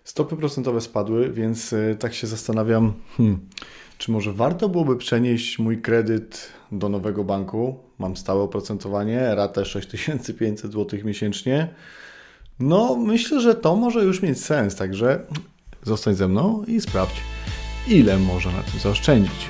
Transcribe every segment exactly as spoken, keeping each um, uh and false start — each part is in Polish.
Stopy procentowe spadły, więc tak się zastanawiam, hmm, czy może warto byłoby przenieść mój kredyt do nowego banku. Mam stałe oprocentowanie, ratę sześć tysięcy pięćset złotych miesięcznie. No, myślę, że to może już mieć sens, także zostań ze mną i sprawdź, ile można na tym zaoszczędzić.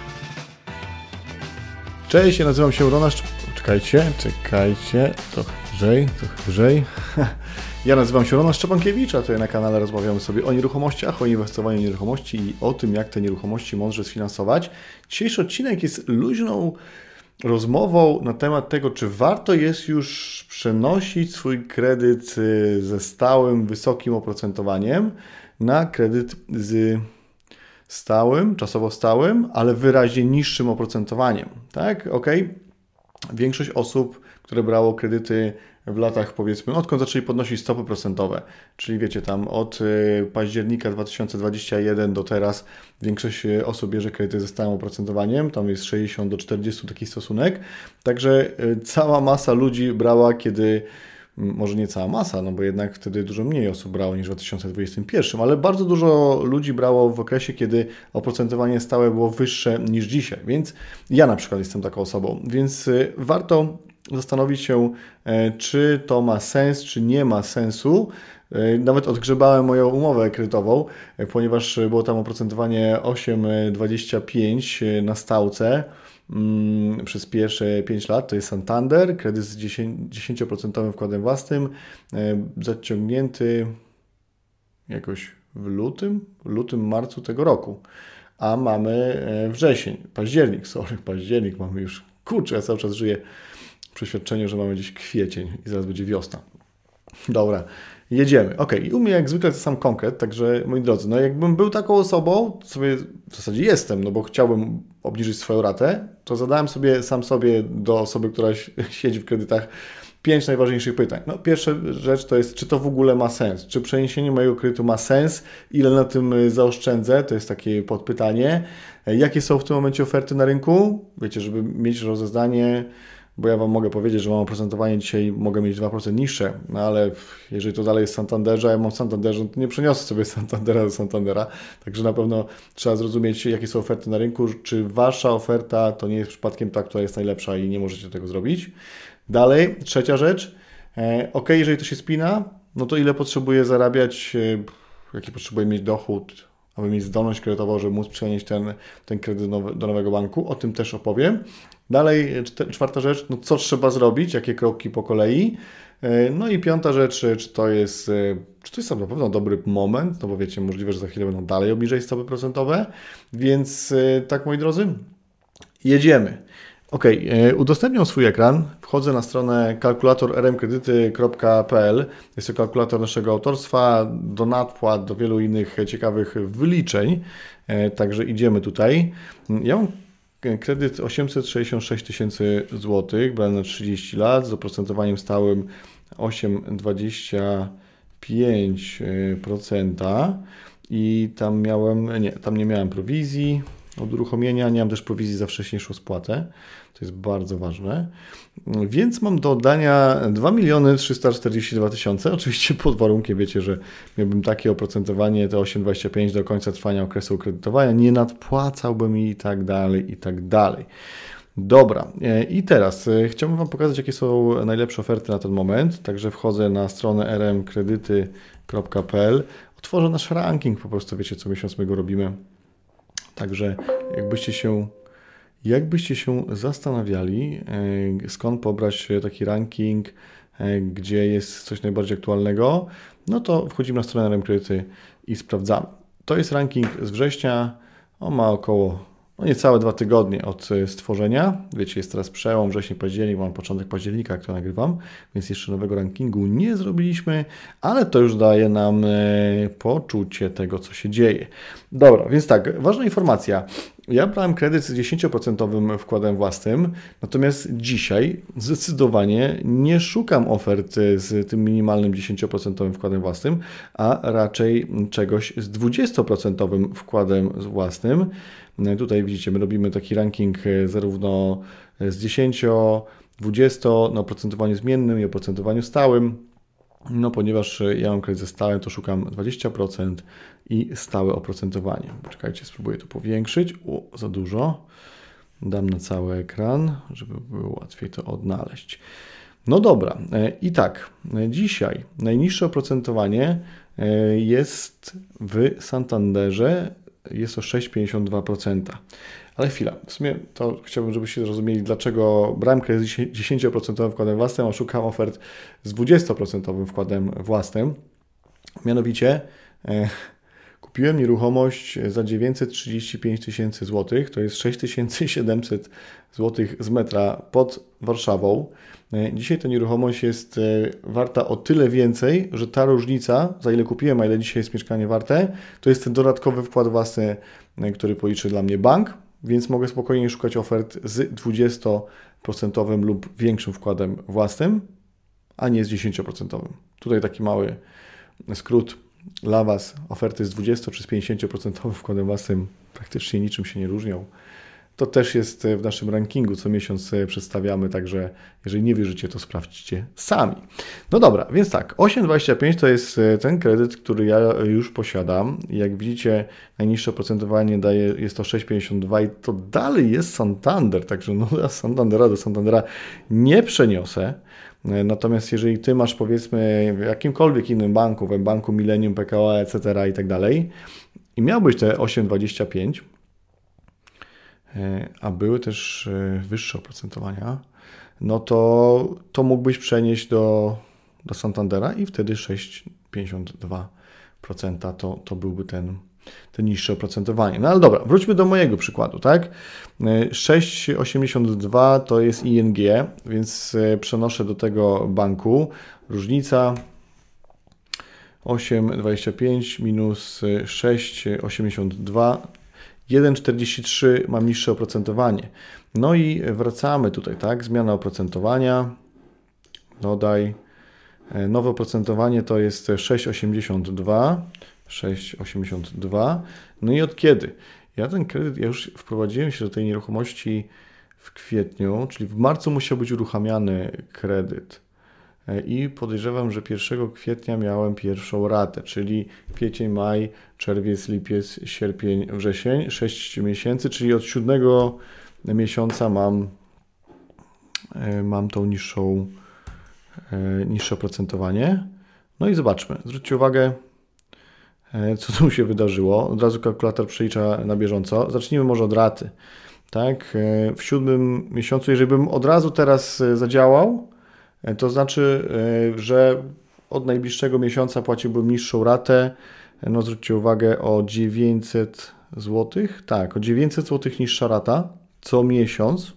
Cześć, ja nazywam się Ronasz. Czekajcie, czekajcie, trochę wyżej, trochę wyżej. Ja nazywam się Ronasz Szczepankiewicz, a tutaj na kanale rozmawiamy sobie o nieruchomościach, o inwestowaniu w nieruchomości i o tym, jak te nieruchomości mądrze sfinansować. Dzisiejszy odcinek jest luźną rozmową na temat tego, czy warto jest już przenosić swój kredyt ze stałym, wysokim oprocentowaniem na kredyt z stałym, czasowo stałym, ale wyraźnie niższym oprocentowaniem. Tak? Ok? Większość osób, które brało kredyty w latach, powiedzmy, odkąd zaczęli podnosić stopy procentowe, czyli wiecie, tam od października dwa tysiące dwudziestego pierwszego do teraz większość osób bierze kredyty ze stałym oprocentowaniem, tam jest sześćdziesiąt do czterdziestu taki stosunek, także cała masa ludzi brała, kiedy, może nie cała masa, no bo jednak wtedy dużo mniej osób brało niż w dwa tysiące dwudziestym pierwszym, ale bardzo dużo ludzi brało w okresie, kiedy oprocentowanie stałe było wyższe niż dzisiaj, więc ja na przykład jestem taką osobą, więc warto zastanowić się, czy to ma sens, czy nie ma sensu. Nawet odgrzebałem moją umowę kredytową, ponieważ było tam oprocentowanie osiem przecinek dwadzieścia pięć na stałce przez pierwsze pięć lat. To jest Santander, kredyt z dziesięć procent wkładem własnym, zaciągnięty jakoś w lutym, w lutym, marcu tego roku. A mamy wrzesień, październik, sorry, październik mamy już, kurczę, ja cały czas żyję w przeświadczeniu, że mamy gdzieś kwiecień i zaraz będzie wiosna. Dobra, jedziemy. Ok, i u mnie jak zwykle to sam konkret, także moi drodzy, no jakbym był taką osobą, to sobie w zasadzie jestem, no bo chciałbym obniżyć swoją ratę, to zadałem sobie sam sobie do osoby, która siedzi w kredytach, pięć najważniejszych pytań. No, pierwsza rzecz to jest, czy to w ogóle ma sens? Czy przeniesienie mojego kredytu ma sens? Ile na tym zaoszczędzę? To jest takie podpytanie. Jakie są w tym momencie oferty na rynku? Wiecie, żeby mieć rozeznanie, bo ja Wam mogę powiedzieć, że mam oprocentowanie dzisiaj, mogę mieć dwa procent niższe, no ale jeżeli to dalej jest w Santanderze, a ja mam w Santanderze, to nie przeniosę sobie Santandera do Santandera, także na pewno trzeba zrozumieć, jakie są oferty na rynku, czy Wasza oferta to nie jest przypadkiem ta, która jest najlepsza i nie możecie tego zrobić. Dalej, trzecia rzecz, ok, jeżeli to się spina, no to ile potrzebuję zarabiać, jaki potrzebuję mieć dochód, aby mieć zdolność kredytową, żeby móc przenieść ten, ten kredyt do, do nowego banku, o tym też opowiem. Dalej, czwarta rzecz, no co trzeba zrobić, jakie kroki po kolei. No i piąta rzecz, czy to jest, czy to jest na pewno dobry moment, no bo wiecie, możliwe, że za chwilę będą dalej obniżać stopy procentowe, więc tak, moi drodzy, jedziemy. Ok, udostępniam swój ekran, wchodzę na stronę kalkulator r m kredyty kropka p l, jest to kalkulator naszego autorstwa, do nadpłat, do wielu innych ciekawych wyliczeń, także idziemy tutaj. Ja mam kredyt osiemset sześćdziesiąt sześć tysięcy złotych, brany na trzydzieści lat, z oprocentowaniem stałym osiem przecinek dwadzieścia pięć procent i tam miałem, nie, tam nie miałem prowizji od uruchomienia, nie mam też prowizji za wcześniejszą spłatę, to jest bardzo ważne, więc mam do oddania dwa miliony trzysta czterdzieści dwa tysiące, oczywiście pod warunkiem, wiecie, że miałbym takie oprocentowanie, te osiem przecinek dwadzieścia pięć do końca trwania okresu kredytowania, nie nadpłacałbym i tak dalej, i tak dalej. Dobra, i teraz chciałbym Wam pokazać, jakie są najlepsze oferty na ten moment, także wchodzę na stronę r m kredyty kropka p l, otworzę nasz ranking, po prostu wiecie, co miesiąc my go robimy. Także jakbyście się, jakbyście się zastanawiali, skąd pobrać taki ranking, gdzie jest coś najbardziej aktualnego, no to wchodzimy na stronę R M Kredyty i sprawdzamy. To jest ranking z września, on ma około no niecałe dwa tygodnie od stworzenia. Wiecie, jest teraz przełom, wrzesień, październik, mam początek października, jak to nagrywam, więc jeszcze nowego rankingu nie zrobiliśmy, ale to już daje nam poczucie tego, co się dzieje. Dobra, więc tak, ważna informacja. Ja brałem kredyt z dziesięć procent wkładem własnym, natomiast dzisiaj zdecydowanie nie szukam oferty z tym minimalnym dziesięć procent wkładem własnym, a raczej czegoś z dwadzieścia procent wkładem własnym. Tutaj widzicie, my robimy taki ranking zarówno z dziesięć, dwadzieścia, na oprocentowaniu zmiennym i oprocentowaniu stałym. No ponieważ ja mam kredyt ze stałym, to szukam dwadzieścia procent i stałe oprocentowanie. Poczekajcie, spróbuję to powiększyć. O, za dużo. Dam na cały ekran, żeby było łatwiej to odnaleźć. No dobra, i tak, dzisiaj najniższe oprocentowanie jest w Santanderze, jest to sześć przecinek pięćdziesiąt dwa procent. Ale chwila, w sumie to chciałbym, żebyście zrozumieli, dlaczego brałem kredyt z dziesięć procent wkładem własnym, a szukam ofert z dwadzieścia procent wkładem własnym. Mianowicie e, kupiłem nieruchomość za dziewięćset trzydzieści pięć tysięcy złotych, to jest sześć tysięcy siedemset złotych z metra pod Warszawą. E, dzisiaj ta nieruchomość jest e, warta o tyle więcej, że ta różnica, za ile kupiłem, a ile dzisiaj jest mieszkanie warte, to jest ten dodatkowy wkład własny, e, który policzy dla mnie bank. Więc mogę spokojnie szukać ofert z dwadzieścia procent lub większym wkładem własnym, a nie z dziesięć procent. Tutaj taki mały skrót dla Was. Oferty z dwadzieścia czy z pięćdziesiąt procent wkładem własnym praktycznie niczym się nie różnią. To też jest w naszym rankingu, co miesiąc przedstawiamy, także jeżeli nie wierzycie, to sprawdźcie sami. No dobra, więc tak, osiem przecinek dwadzieścia pięć to jest ten kredyt, który ja już posiadam. Jak widzicie, najniższe oprocentowanie daje, jest to sześć przecinek pięćdziesiąt dwa i to dalej jest Santander, także no ja Santandera do Santandera nie przeniosę. Natomiast jeżeli Ty masz, powiedzmy, w jakimkolwiek innym banku, w banku Millennium, P K O, et cetera i tak dalej i miałbyś te osiem przecinek dwadzieścia pięć, a były też wyższe oprocentowania, no to, to mógłbyś przenieść do, do Santandera i wtedy sześć przecinek pięćdziesiąt dwa procent to, to byłby ten, ten niższe oprocentowanie. No ale dobra, wróćmy do mojego przykładu, tak? sześć przecinek osiemdziesiąt dwa to jest I N G, więc przenoszę do tego banku. Różnica osiem przecinek dwadzieścia pięć minus sześć przecinek osiemdziesiąt dwa, jeden przecinek czterdzieści trzy mam niższe oprocentowanie. No i wracamy tutaj, tak? Zmiana oprocentowania. Dodaj. Nowe oprocentowanie to jest sześć przecinek osiemdziesiąt dwa. sześć przecinek osiemdziesiąt dwa. No i od kiedy? Ja ten kredyt, ja już wprowadziłem się do tej nieruchomości w kwietniu, czyli w marcu musiał być uruchamiany kredyt. I podejrzewam, że pierwszego kwietnia miałem pierwszą ratę, czyli kwiecień, maj, czerwiec, lipiec, sierpień, wrzesień, sześć miesięcy, czyli od siódmego miesiąca mam, mam tą niższą, niższe oprocentowanie. No i zobaczmy, zwróćcie uwagę, co tu się wydarzyło. Od razu kalkulator przelicza na bieżąco. Zacznijmy może od raty. Tak, w siódmym miesiącu, jeżeli bym od razu teraz zadziałał, to znaczy, że od najbliższego miesiąca płaciłbym niższą ratę. No zwróćcie uwagę, o dziewięćset złotych. Tak, o dziewięćset złotych niższa rata co miesiąc.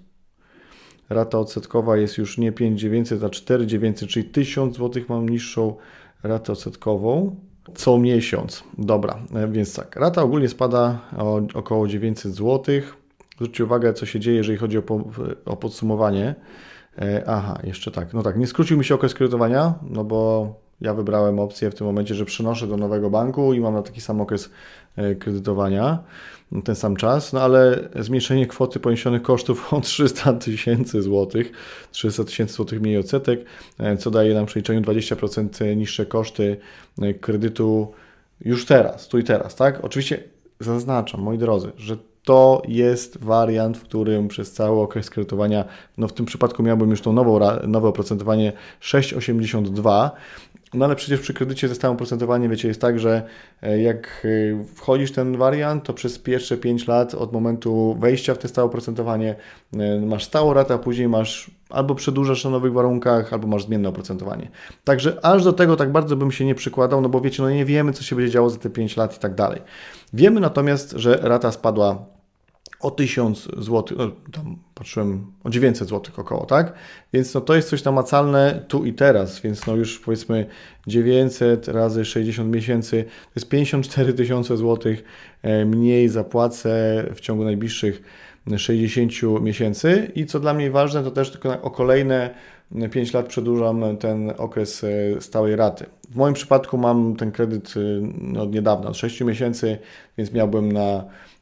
Rata odsetkowa jest już nie pięć tysięcy dziewięćset, a cztery tysiące dziewięćset, czyli tysiąc złotych mam niższą ratę odsetkową co miesiąc. Dobra, więc tak, rata ogólnie spada o około dziewięćset złotych. Zwróćcie uwagę, co się dzieje, jeżeli chodzi o, po, o podsumowanie. Aha, jeszcze tak. No tak, nie skrócił mi się okres kredytowania, no bo ja wybrałem opcję w tym momencie, że przenoszę do nowego banku i mam na taki sam okres kredytowania, ten sam czas, no ale zmniejszenie kwoty poniesionych kosztów o trzysta tysięcy złotych, trzysta tysięcy złotych mniej odsetek, co daje nam w przeliczeniu dwadzieścia procent niższe koszty kredytu już teraz, tu i teraz, tak? Oczywiście zaznaczam, moi drodzy, że to jest wariant, w którym przez cały okres kredytowania, no w tym przypadku miałbym już tą nową, nowe oprocentowanie sześć przecinek osiemdziesiąt dwa, no ale przecież przy kredycie ze stałym oprocentowaniem, wiecie, jest tak, że jak wchodzisz w ten wariant, to przez pierwsze pięć lat od momentu wejścia w te stałe oprocentowanie masz stałą ratę, a później masz albo przedłużasz na nowych warunkach, albo masz zmienne oprocentowanie. Także aż do tego tak bardzo bym się nie przykładał, no bo wiecie, no nie wiemy, co się będzie działo za te pięć lat i tak dalej. Wiemy natomiast, że rata spadła o tysiąc złotych, no, tam patrzyłem o dziewięćset złotych około, tak? Więc no, to jest coś namacalne tu i teraz, więc no już powiedzmy dziewięćset razy sześćdziesiąt miesięcy, to jest pięćdziesiąt cztery tysiące złotych mniej zapłacę w ciągu najbliższych sześćdziesięciu miesięcy i co dla mnie ważne, to też tylko o kolejne pięć lat przedłużam ten okres stałej raty. W moim przypadku mam ten kredyt no, od niedawna, od sześciu miesięcy, więc miałbym na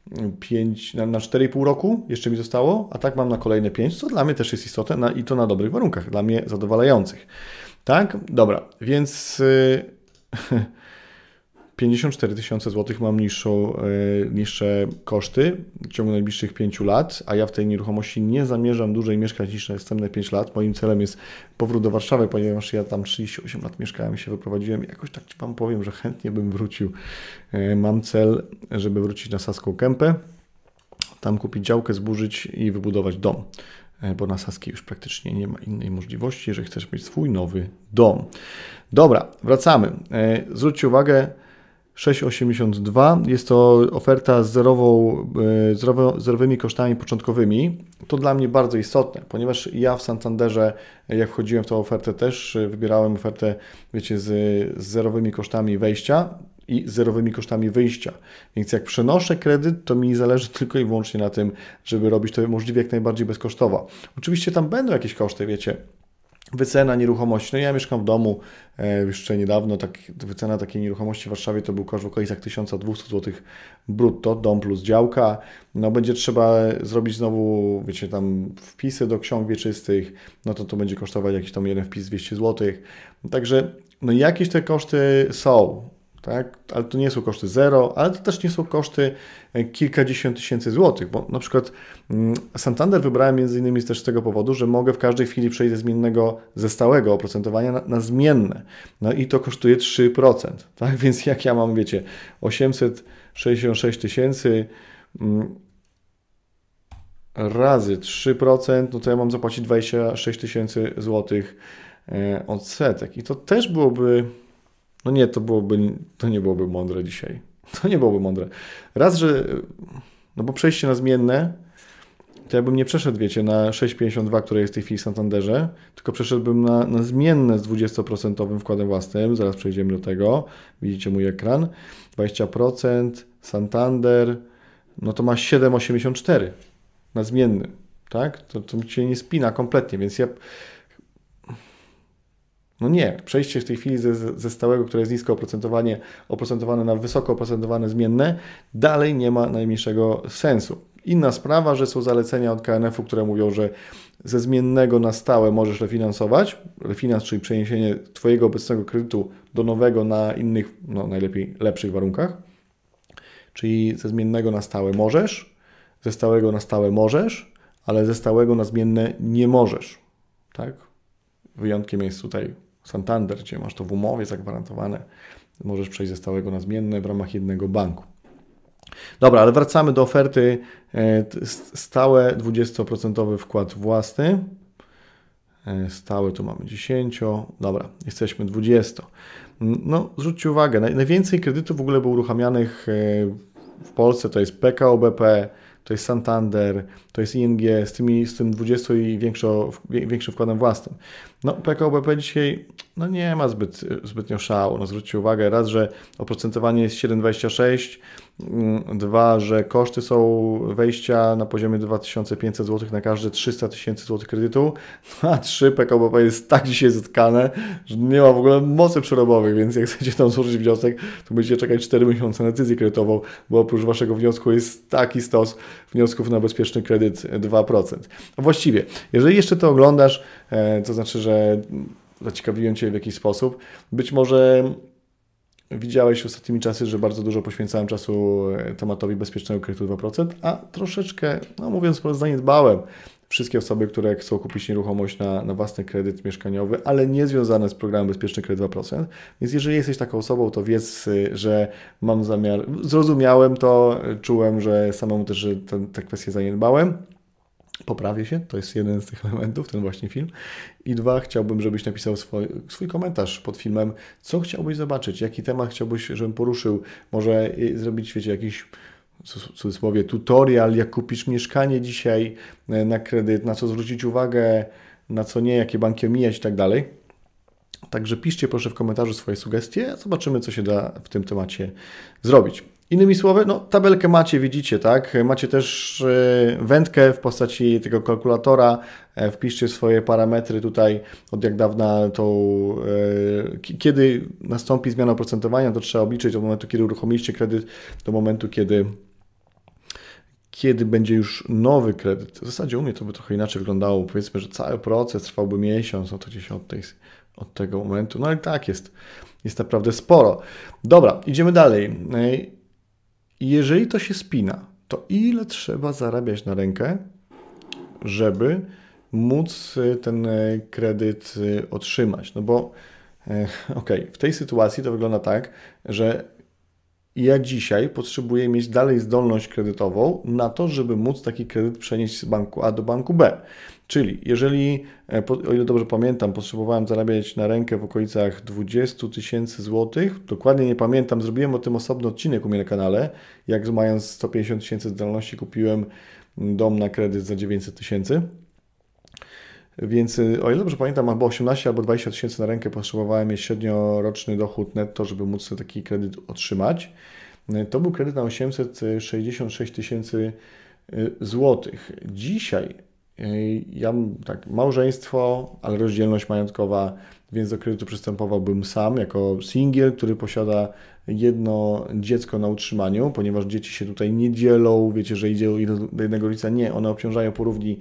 pięć, na, na cztery i pół roku jeszcze mi zostało, a tak mam na kolejne pięć, co dla mnie też jest istotne na, i to na dobrych warunkach, dla mnie zadowalających. Tak? Dobra, więc yy, pięćdziesiąt cztery tysiące złotych mam niższą, yy, niższe koszty w ciągu najbliższych pięciu lat, a ja w tej nieruchomości nie zamierzam dłużej mieszkać niż następne pięć lat. Moim celem jest powrót do Warszawy, ponieważ ja tam trzydzieści osiem lat mieszkałem i się wyprowadziłem i jakoś tak Ci Wam powiem, że chętnie bym wrócił. Yy, mam cel, żeby wrócić na Saską Kępę, tam kupić działkę, zburzyć i wybudować dom, bo na Saskiej już praktycznie nie ma innej możliwości, że chcesz mieć swój nowy dom. Dobra, wracamy. Zwróćcie uwagę, sześć osiemdziesiąt dwa jest to oferta z zerową, zerowo, zerowymi kosztami początkowymi. To dla mnie bardzo istotne, ponieważ ja w Santanderze, jak wchodziłem w tą ofertę, też wybierałem ofertę, wiecie, z, z zerowymi kosztami wejścia i zerowymi kosztami wyjścia. Więc jak przenoszę kredyt, to mi zależy tylko i wyłącznie na tym, żeby robić to możliwie jak najbardziej bezkosztowo. Oczywiście tam będą jakieś koszty, wiecie, wycena nieruchomości. No ja mieszkam w domu e, jeszcze niedawno, tak, wycena takiej nieruchomości w Warszawie to był koszt w okolicach tysiąc dwieście złotych brutto, dom plus działka. No będzie trzeba zrobić znowu, wiecie, tam wpisy do ksiąg wieczystych, no to to będzie kosztować jakiś tam jeden wpis dwieście złotych. Także no jakieś te koszty są. Tak? Ale to nie są koszty zero, ale to też nie są koszty kilkadziesiąt tysięcy złotych, bo na przykład Santander wybrałem między innymi też z tego powodu, że mogę w każdej chwili przejść ze zmiennego, ze stałego oprocentowania na, na zmienne. No i to kosztuje trzy procent, tak? Więc jak ja mam, wiecie, osiemset sześćdziesiąt sześć tysięcy razy trzy procent, no to ja mam zapłacić dwadzieścia sześć tysięcy złotych odsetek i to też byłoby... No nie, to byłoby, to nie byłoby mądre dzisiaj. To nie byłoby mądre. Raz, że, no bo przejście na zmienne, to ja bym nie przeszedł, wiecie, na sześć pięćdziesiąt dwa, które jest w tej chwili w Santanderze, tylko przeszedłbym na, na zmienne z dwudziestoprocentowym wkładem własnym. Zaraz przejdziemy do tego. Widzicie mój ekran. dwadzieścia procent, Santander, no to ma siedem osiemdziesiąt cztery na zmienny, tak? To, to mi się nie spina kompletnie, więc ja... No nie, przejście w tej chwili ze, ze stałego, które jest nisko oprocentowanie, oprocentowane na wysoko oprocentowane zmienne, dalej nie ma najmniejszego sensu. Inna sprawa, że są zalecenia od K N F u, które mówią, że ze zmiennego na stałe możesz refinansować. Refinans, czyli przeniesienie Twojego obecnego kredytu do nowego na innych, no najlepiej lepszych warunkach. Czyli ze zmiennego na stałe możesz, ze stałego na stałe możesz, ale ze stałego na zmienne nie możesz. Tak? Wyjątkiem jest tutaj Santander, gdzie masz to w umowie zagwarantowane. Możesz przejść ze stałego na zmienne w ramach jednego banku. Dobra, ale wracamy do oferty. Stałe dwudziestoprocentowy wkład własny. Stałe tu mamy dziesięć. Dobra, jesteśmy dwadzieścia. No, zwróćcie uwagę, najwięcej kredytów w ogóle było uruchamianych w Polsce to jest P K O B P, to jest Santander, to jest I N G z, tymi, z tym dwudziestu i większo, większym wkładem własnym. No P K O B P dzisiaj no nie ma zbyt, zbytnio szału. No, zwróćcie uwagę, raz, że oprocentowanie jest siedem przecinek dwadzieścia sześć, dwa, że koszty są wejścia na poziomie dwa tysiące pięćset złotych na każde trzysta tysięcy złotych kredytu, a trzy, P K O B P jest tak dzisiaj zatkane, że nie ma w ogóle mocy przerobowych, więc jak chcecie tam złożyć wniosek, to będziecie czekać cztery miesiące na decyzję kredytową, bo oprócz waszego wniosku jest taki stos wniosków na bezpieczny kredyt dwa procent. A właściwie, jeżeli jeszcze to oglądasz, to znaczy, że zaciekawiłem Cię w jakiś sposób, być może widziałeś ostatnimi czasy, że bardzo dużo poświęcałem czasu tematowi bezpiecznego kredytu dwa procent, a troszeczkę, no mówiąc po zaniedbałem wszystkie osoby, które chcą kupić nieruchomość na, na własny kredyt mieszkaniowy, ale nie związane z programem Bezpieczny Kredyt dwa procent. Więc jeżeli jesteś taką osobą, to wiedz, że mam zamiar, zrozumiałem to, czułem, że samemu też że te, te kwestie zaniedbałem. Poprawię się, to jest jeden z tych elementów, ten właśnie film. I dwa, chciałbym, żebyś napisał swój, swój komentarz pod filmem, co chciałbyś zobaczyć, jaki temat chciałbyś, żebym poruszył. Może zrobić, wiecie, jakiś w cudzysłowie tutorial, jak kupisz mieszkanie dzisiaj na kredyt, na co zwrócić uwagę, na co nie, jakie banki omijać i tak dalej. Także piszcie proszę w komentarzu swoje sugestie, zobaczymy, co się da w tym temacie zrobić. Innymi słowy, no tabelkę macie, widzicie, tak? Macie też wędkę w postaci tego kalkulatora. Wpiszcie swoje parametry tutaj, od jak dawna to, kiedy nastąpi zmiana oprocentowania, to trzeba obliczyć od momentu, kiedy uruchomiliście kredyt, do momentu, kiedy, kiedy będzie już nowy kredyt. W zasadzie u mnie to by trochę inaczej wyglądało. Powiedzmy, że cały proces trwałby miesiąc, no to gdzieś od tej od tego momentu. No i tak jest, jest naprawdę sporo. Dobra, idziemy dalej. Jeżeli to się spina, to ile trzeba zarabiać na rękę, żeby móc ten kredyt otrzymać? No bo okej, okay, w tej sytuacji to wygląda tak, że ja dzisiaj potrzebuję mieć dalej zdolność kredytową na to, żeby móc taki kredyt przenieść z banku A do banku B. Czyli jeżeli, o ile dobrze pamiętam, potrzebowałem zarabiać na rękę w okolicach dwadzieścia tysięcy złotych, dokładnie nie pamiętam, zrobiłem o tym osobny odcinek u mnie na kanale, jak mając sto pięćdziesiąt tysięcy zdolności kupiłem dom na kredyt za dziewięćset tysięcy. Więc o ile dobrze pamiętam, albo osiemnaście albo dwadzieścia tysięcy na rękę potrzebowałem mieć średnioroczny dochód netto, żeby móc sobie taki kredyt otrzymać. To był kredyt na osiemset sześćdziesiąt sześć tysięcy złotych. Dzisiaj ja mam tak, małżeństwo, ale rozdzielność majątkowa, więc do kredytu przystępowałbym sam jako singiel, który posiada jedno dziecko na utrzymaniu, ponieważ dzieci się tutaj nie dzielą, wiecie, że idzie do jednego rodzica, nie, one obciążają porówni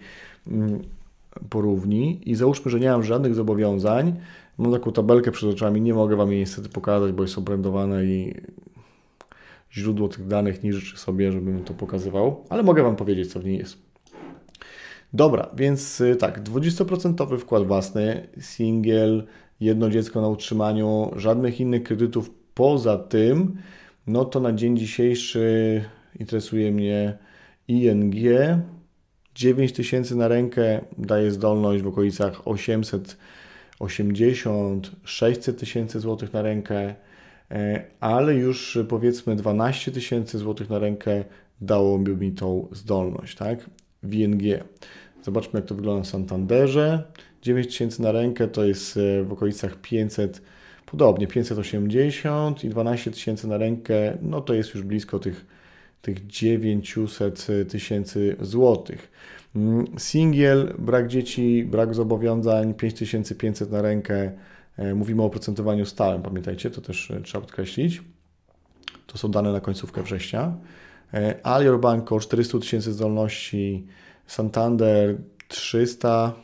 porówni i załóżmy, że nie mam żadnych zobowiązań, mam taką tabelkę przed oczami, nie mogę Wam jej niestety pokazać, bo jest obrędowane i źródło tych danych nie życzy sobie, żebym to pokazywał, ale mogę Wam powiedzieć, co w niej jest. Dobra, więc tak, dwadzieścia procent wkład własny, singiel, jedno dziecko na utrzymaniu, żadnych innych kredytów poza tym, no to na dzień dzisiejszy interesuje mnie I N G, dziewięć tysięcy na rękę daje zdolność w okolicach osiemset osiemdziesiąt sześćset tysięcy złotych na rękę, ale już powiedzmy dwanaście tysięcy złotych na rękę dałoby mi tą zdolność, tak? W I N G. Zobaczmy, jak to wygląda w Santanderze. dziewięć tysięcy na rękę to jest w okolicach pięćset, podobnie pięćset osiemdziesiąt i dwanaście tysięcy na rękę, no to jest już blisko tych tych dziewięćset tysięcy złotych. Singiel, brak dzieci, brak zobowiązań, pięć tysięcy pięćset na rękę. Mówimy o oprocentowaniu stałym, pamiętajcie, to też trzeba podkreślić. To są dane na końcówkę września. Alior Bank około czterysta tysięcy zdolności, Santander trzysta,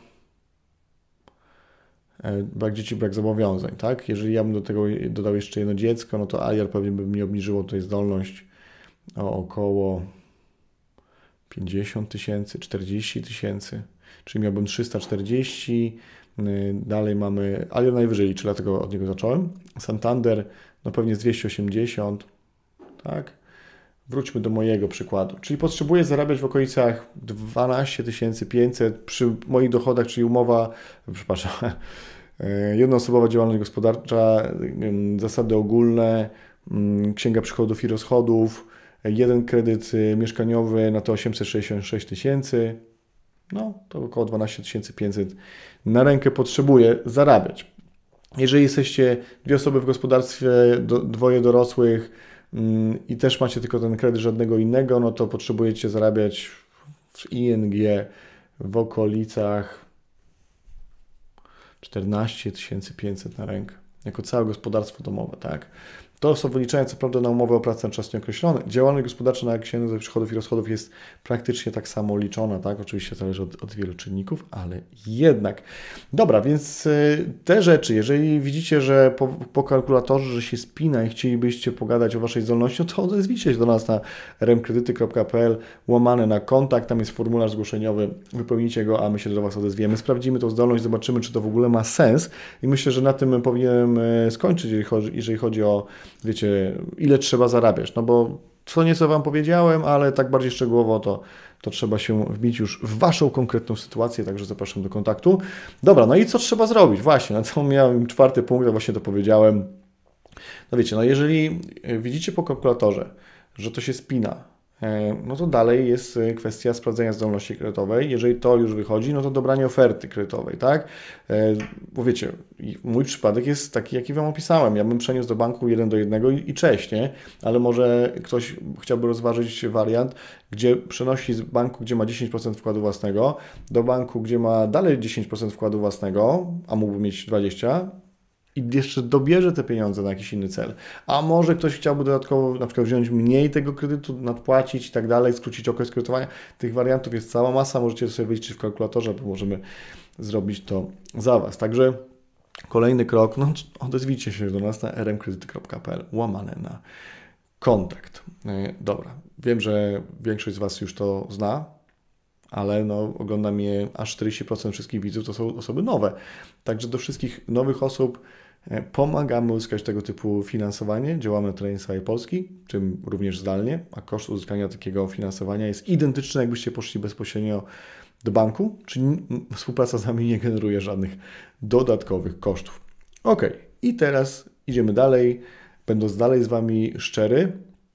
brak dzieci, brak zobowiązań, tak? Jeżeli ja bym do tego dodał jeszcze jedno dziecko, no to Alior pewnie by mi obniżyło tutaj zdolność o około pięćdziesiąt tysięcy, czterdzieści tysięcy, czyli miałbym trzysta czterdzieści, dalej mamy Alior najwyżej liczy, dlatego od niego zacząłem, Santander, no pewnie z dwieście osiemdziesiąt, tak? Wróćmy do mojego przykładu, czyli potrzebuję zarabiać w okolicach dwanaście tysięcy pięćset przy moich dochodach, czyli umowa, przepraszam, jednoosobowa działalność gospodarcza, zasady ogólne, księga przychodów i rozchodów, jeden kredyt mieszkaniowy na to osiemset sześćdziesiąt sześć tysięcy, no to około dwanaście tysięcy pięćset na rękę potrzebuję zarabiać. Jeżeli jesteście dwie osoby w gospodarstwie, do, dwoje dorosłych yy, i też macie tylko ten kredyt, żadnego innego, no to potrzebujecie zarabiać w I N G w okolicach czternaście tysięcy pięćset na rękę, jako całe gospodarstwo domowe, tak? To są wyliczenia, co prawda, na umowę o pracę na czas nieokreślony. Działalność gospodarcza na księdze przychodów i rozchodów jest praktycznie tak samo liczona, tak? Oczywiście zależy od, od wielu czynników, ale jednak. Dobra, więc te rzeczy, jeżeli widzicie, że po, po kalkulatorze, że się spina i chcielibyście pogadać o Waszej zdolności, to odezwijcie się do nas na remkredyty kropka p l łamane na kontakt, tam jest formularz zgłoszeniowy, wypełnijcie go, a my się do Was odezwiemy. Sprawdzimy tą zdolność, zobaczymy, czy to w ogóle ma sens i myślę, że na tym powinienem skończyć, jeżeli chodzi, jeżeli chodzi o, wiecie, ile trzeba zarabiać, no bo co nieco Wam powiedziałem, ale tak bardziej szczegółowo to, to trzeba się wbić już w Waszą konkretną sytuację, także zapraszam do kontaktu. Dobra, no i co trzeba zrobić? Właśnie, na co miałem czwarty punkt, a właśnie to powiedziałem. No wiecie, no jeżeli widzicie po kalkulatorze, że to się spina, no to dalej jest kwestia sprawdzenia zdolności kredytowej. Jeżeli to już wychodzi, no to dobranie oferty kredytowej, tak? Bo wiecie, mój przypadek jest taki, jaki Wam opisałem. Ja bym przeniósł do banku jeden do jednego i, i cześć, nie? Ale może ktoś chciałby rozważyć wariant, gdzie przenosi z banku, gdzie ma dziesięć procent wkładu własnego, do banku, gdzie ma dalej dziesięć procent wkładu własnego, a mógłby mieć dwadzieścia procent, i jeszcze dobierze te pieniądze na jakiś inny cel. A może ktoś chciałby dodatkowo na przykład wziąć mniej tego kredytu, nadpłacić i tak dalej, skrócić okres kredytowania. Tych wariantów jest cała masa, możecie sobie wyliczyć w kalkulatorze, bo możemy zrobić to za Was. Także Kolejny krok, no odezwijcie się do nas na r m kredyty kropka p l łamane na kontakt. Dobra, wiem, że większość z Was już to zna, ale no, ogląda mnie aż czterdzieści procent wszystkich widzów, to są osoby nowe. Także do wszystkich nowych osób pomagamy uzyskać tego typu finansowanie. Działamy na terenie całej Polski, w tym również zdalnie, a koszt uzyskania takiego finansowania jest identyczny, jakbyście poszli bezpośrednio do banku, czyli współpraca z nami nie generuje żadnych dodatkowych kosztów. Ok, i teraz idziemy dalej, będąc dalej z Wami szczery.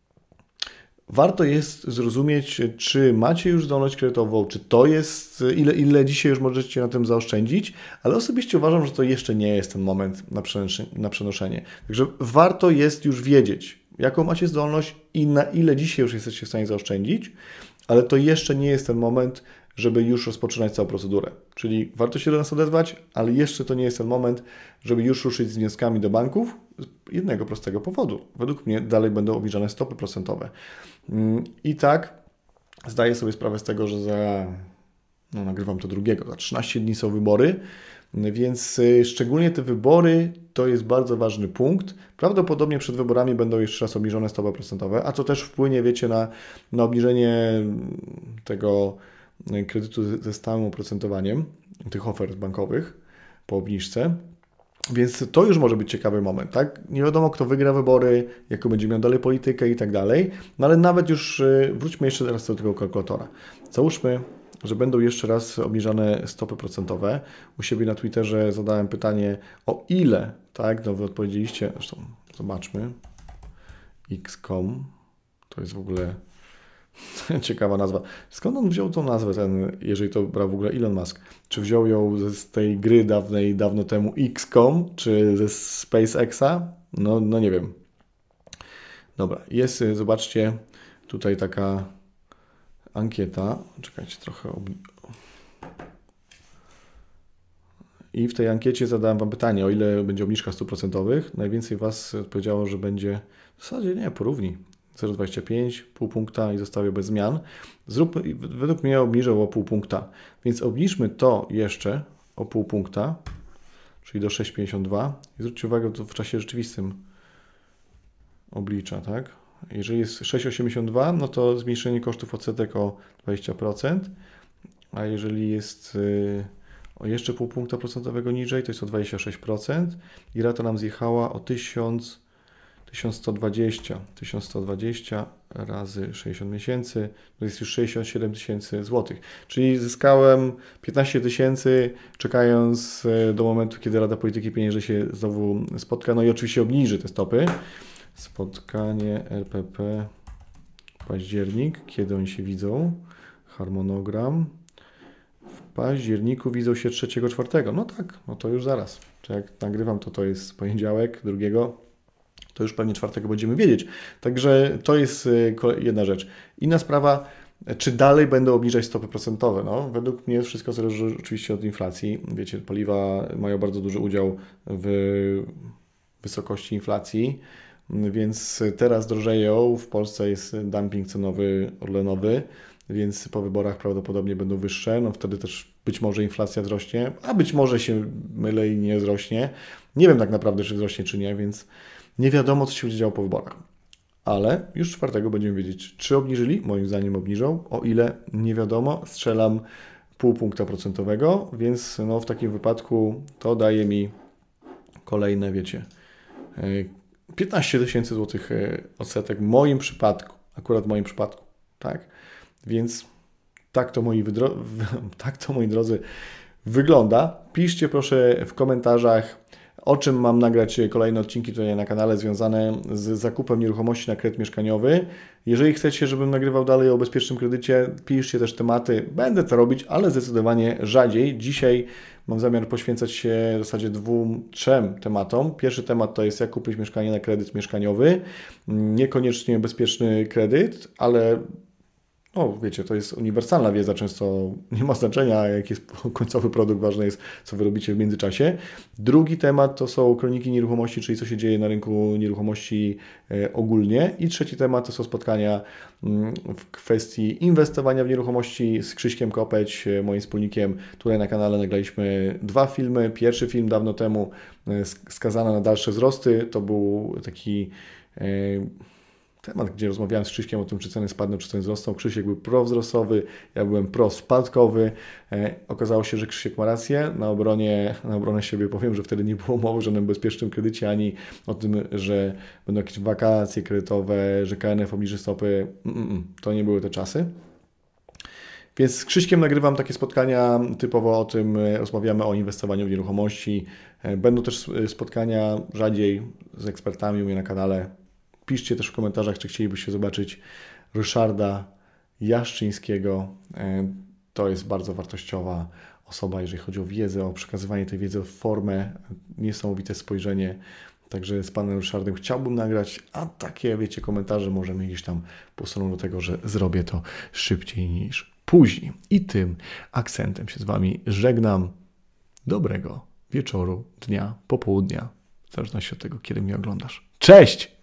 Warto jest zrozumieć, czy macie już zdolność kredytową, czy to jest, ile, ile dzisiaj już możecie na tym zaoszczędzić, ale osobiście uważam, że to jeszcze nie jest ten moment na przenoszenie. Na przenoszenie. Także warto jest już wiedzieć, jaką macie zdolność i na ile dzisiaj już jesteście w stanie zaoszczędzić, ale to jeszcze nie jest ten moment, żeby już rozpoczynać całą procedurę. Czyli warto się do nas odezwać, ale jeszcze to nie jest ten moment, żeby już ruszyć z wnioskami do banków z jednego prostego powodu. Według mnie dalej będą obniżane stopy procentowe. I tak zdaję sobie sprawę z tego, że za, no nagrywam to drugiego, za trzynaście dni są wybory, więc szczególnie te wybory to jest bardzo ważny punkt. Prawdopodobnie przed wyborami będą jeszcze raz obniżone stopy procentowe, a to też wpłynie, wiecie, na, na obniżenie tego kredytu ze stałym oprocentowaniem, tych ofert bankowych po obniżce. Więc to już może być ciekawy moment, tak? Nie wiadomo, kto wygra wybory, jaką będzie miał dalej politykę i tak dalej. No ale nawet już wróćmy jeszcze teraz do tego kalkulatora. Załóżmy, że będą jeszcze raz obniżane stopy procentowe. U siebie na Twitterze zadałem pytanie, o ile, tak? No wy odpowiedzieliście, zresztą zobaczmy, X kropka com, to jest w ogóle ciekawa nazwa. Skąd on wziął tą nazwę, ten, jeżeli to brał w ogóle Elon Musk? Czy wziął ją z tej gry dawnej, dawno temu X kropka com, czy ze SpaceXa? No, no nie wiem. Dobra, jest, zobaczcie, tutaj taka ankieta. Czekajcie trochę. I w tej ankiecie zadałem Wam pytanie, o ile będzie obniżka stóp procentowych. Najwięcej Was odpowiedziało, że będzie w zasadzie nie, porówni. zero przecinek dwadzieścia pięć, pół punkta i zostawię bez zmian. Zrób, według mnie obniżę o pół punkta, więc obniżmy to jeszcze o pół punkta, czyli do sześć przecinek pięćdziesiąt dwa. I zwróćcie uwagę, to w czasie rzeczywistym oblicza, tak? Jeżeli jest sześć przecinek osiemdziesiąt dwa, no to zmniejszenie kosztów odsetek o dwadzieścia procent, a jeżeli jest yy, o jeszcze pół punkta procentowego niżej, to jest o dwadzieścia sześć procent i rata nam zjechała o tysiąc sto dwadzieścia. tysiąc sto dwadzieścia razy sześćdziesiąt miesięcy, to jest już sześćdziesiąt siedem tysięcy złotych. Czyli zyskałem piętnaście tysięcy, czekając do momentu, kiedy Rada Polityki Pieniężnej się znowu spotka, no i oczywiście obniży te stopy. Spotkanie R P P październik, kiedy oni się widzą? Harmonogram. W październiku widzą się trzeciego, czwartego. No tak, no to już zaraz. Czy jak nagrywam, to to jest poniedziałek, drugiego. To już pewnie czwartego będziemy wiedzieć. Także to jest jedna rzecz. Inna sprawa, czy dalej będą obniżać stopy procentowe? No, według mnie wszystko zależy oczywiście od inflacji. Wiecie, paliwa mają bardzo duży udział w wysokości inflacji, więc teraz drożeją. W Polsce jest dumping cenowy orlenowy, więc po wyborach prawdopodobnie będą wyższe. No wtedy też być może inflacja wzrośnie, a być może się mylę i nie wzrośnie. Nie wiem tak naprawdę, czy wzrośnie, czy nie, więc nie wiadomo, co się będzie działo po wyborach. Ale już czwartego będziemy wiedzieć, czy obniżyli. Moim zdaniem obniżą. O ile nie wiadomo, strzelam pół punkta procentowego, więc no w takim wypadku to daje mi kolejne, wiecie, piętnaście tysięcy złotych odsetek w moim przypadku. Akurat w moim przypadku, tak? Więc tak to, moi wydro... tak to, moi drodzy, wygląda. Piszcie proszę w komentarzach, o czym mam nagrać kolejne odcinki tutaj na kanale związane z zakupem nieruchomości na kredyt mieszkaniowy. Jeżeli chcecie, żebym nagrywał dalej o bezpiecznym kredycie, piszcie też tematy. Będę to robić, ale zdecydowanie rzadziej. Dzisiaj mam zamiar poświęcać się w zasadzie dwóm, trzem tematom. Pierwszy temat to jest jak kupić mieszkanie na kredyt mieszkaniowy. Niekoniecznie bezpieczny kredyt, ale no wiecie, to jest uniwersalna wiedza, często nie ma znaczenia, jaki jest końcowy produkt, ważne jest, co wy robicie w międzyczasie. Drugi temat to są kroniki nieruchomości, czyli co się dzieje na rynku nieruchomości ogólnie. I trzeci temat to są spotkania w kwestii inwestowania w nieruchomości z Krzyśkiem Kopeć, moim wspólnikiem. Tutaj na kanale nagraliśmy dwa filmy. Pierwszy film dawno temu, Skazana na dalsze wzrosty, to był taki temat, gdzie rozmawiałem z Krzyśkiem o tym, czy ceny spadną, czy ceny wzrosną. Krzysiek był prowzrostowy, ja byłem prospadkowy. E, okazało się, że Krzysiek ma rację. Na obronie, na obronę siebie powiem, że wtedy nie było mowy o żadnym bezpiecznym kredycie, ani o tym, że będą jakieś wakacje kredytowe, że K N F obniży stopy. Mm-mm, to nie były te czasy. Więc z Krzyśkiem nagrywam takie spotkania typowo o tym, rozmawiamy o inwestowaniu w nieruchomości. Będą też spotkania rzadziej z ekspertami u mnie na kanale. Piszcie też w komentarzach, czy chcielibyście zobaczyć Ryszarda Jaszczyńskiego. To jest bardzo wartościowa osoba, jeżeli chodzi o wiedzę, o przekazywanie tej wiedzy w formę, niesamowite spojrzenie. Także z panem Ryszardem chciałbym nagrać, a takie, wiecie, komentarze może mnie gdzieś tam posuną do tego, że zrobię to szybciej niż później. I tym akcentem się z wami żegnam. Dobrego wieczoru, dnia, popołudnia, w zależności od tego, kiedy mnie oglądasz. Cześć!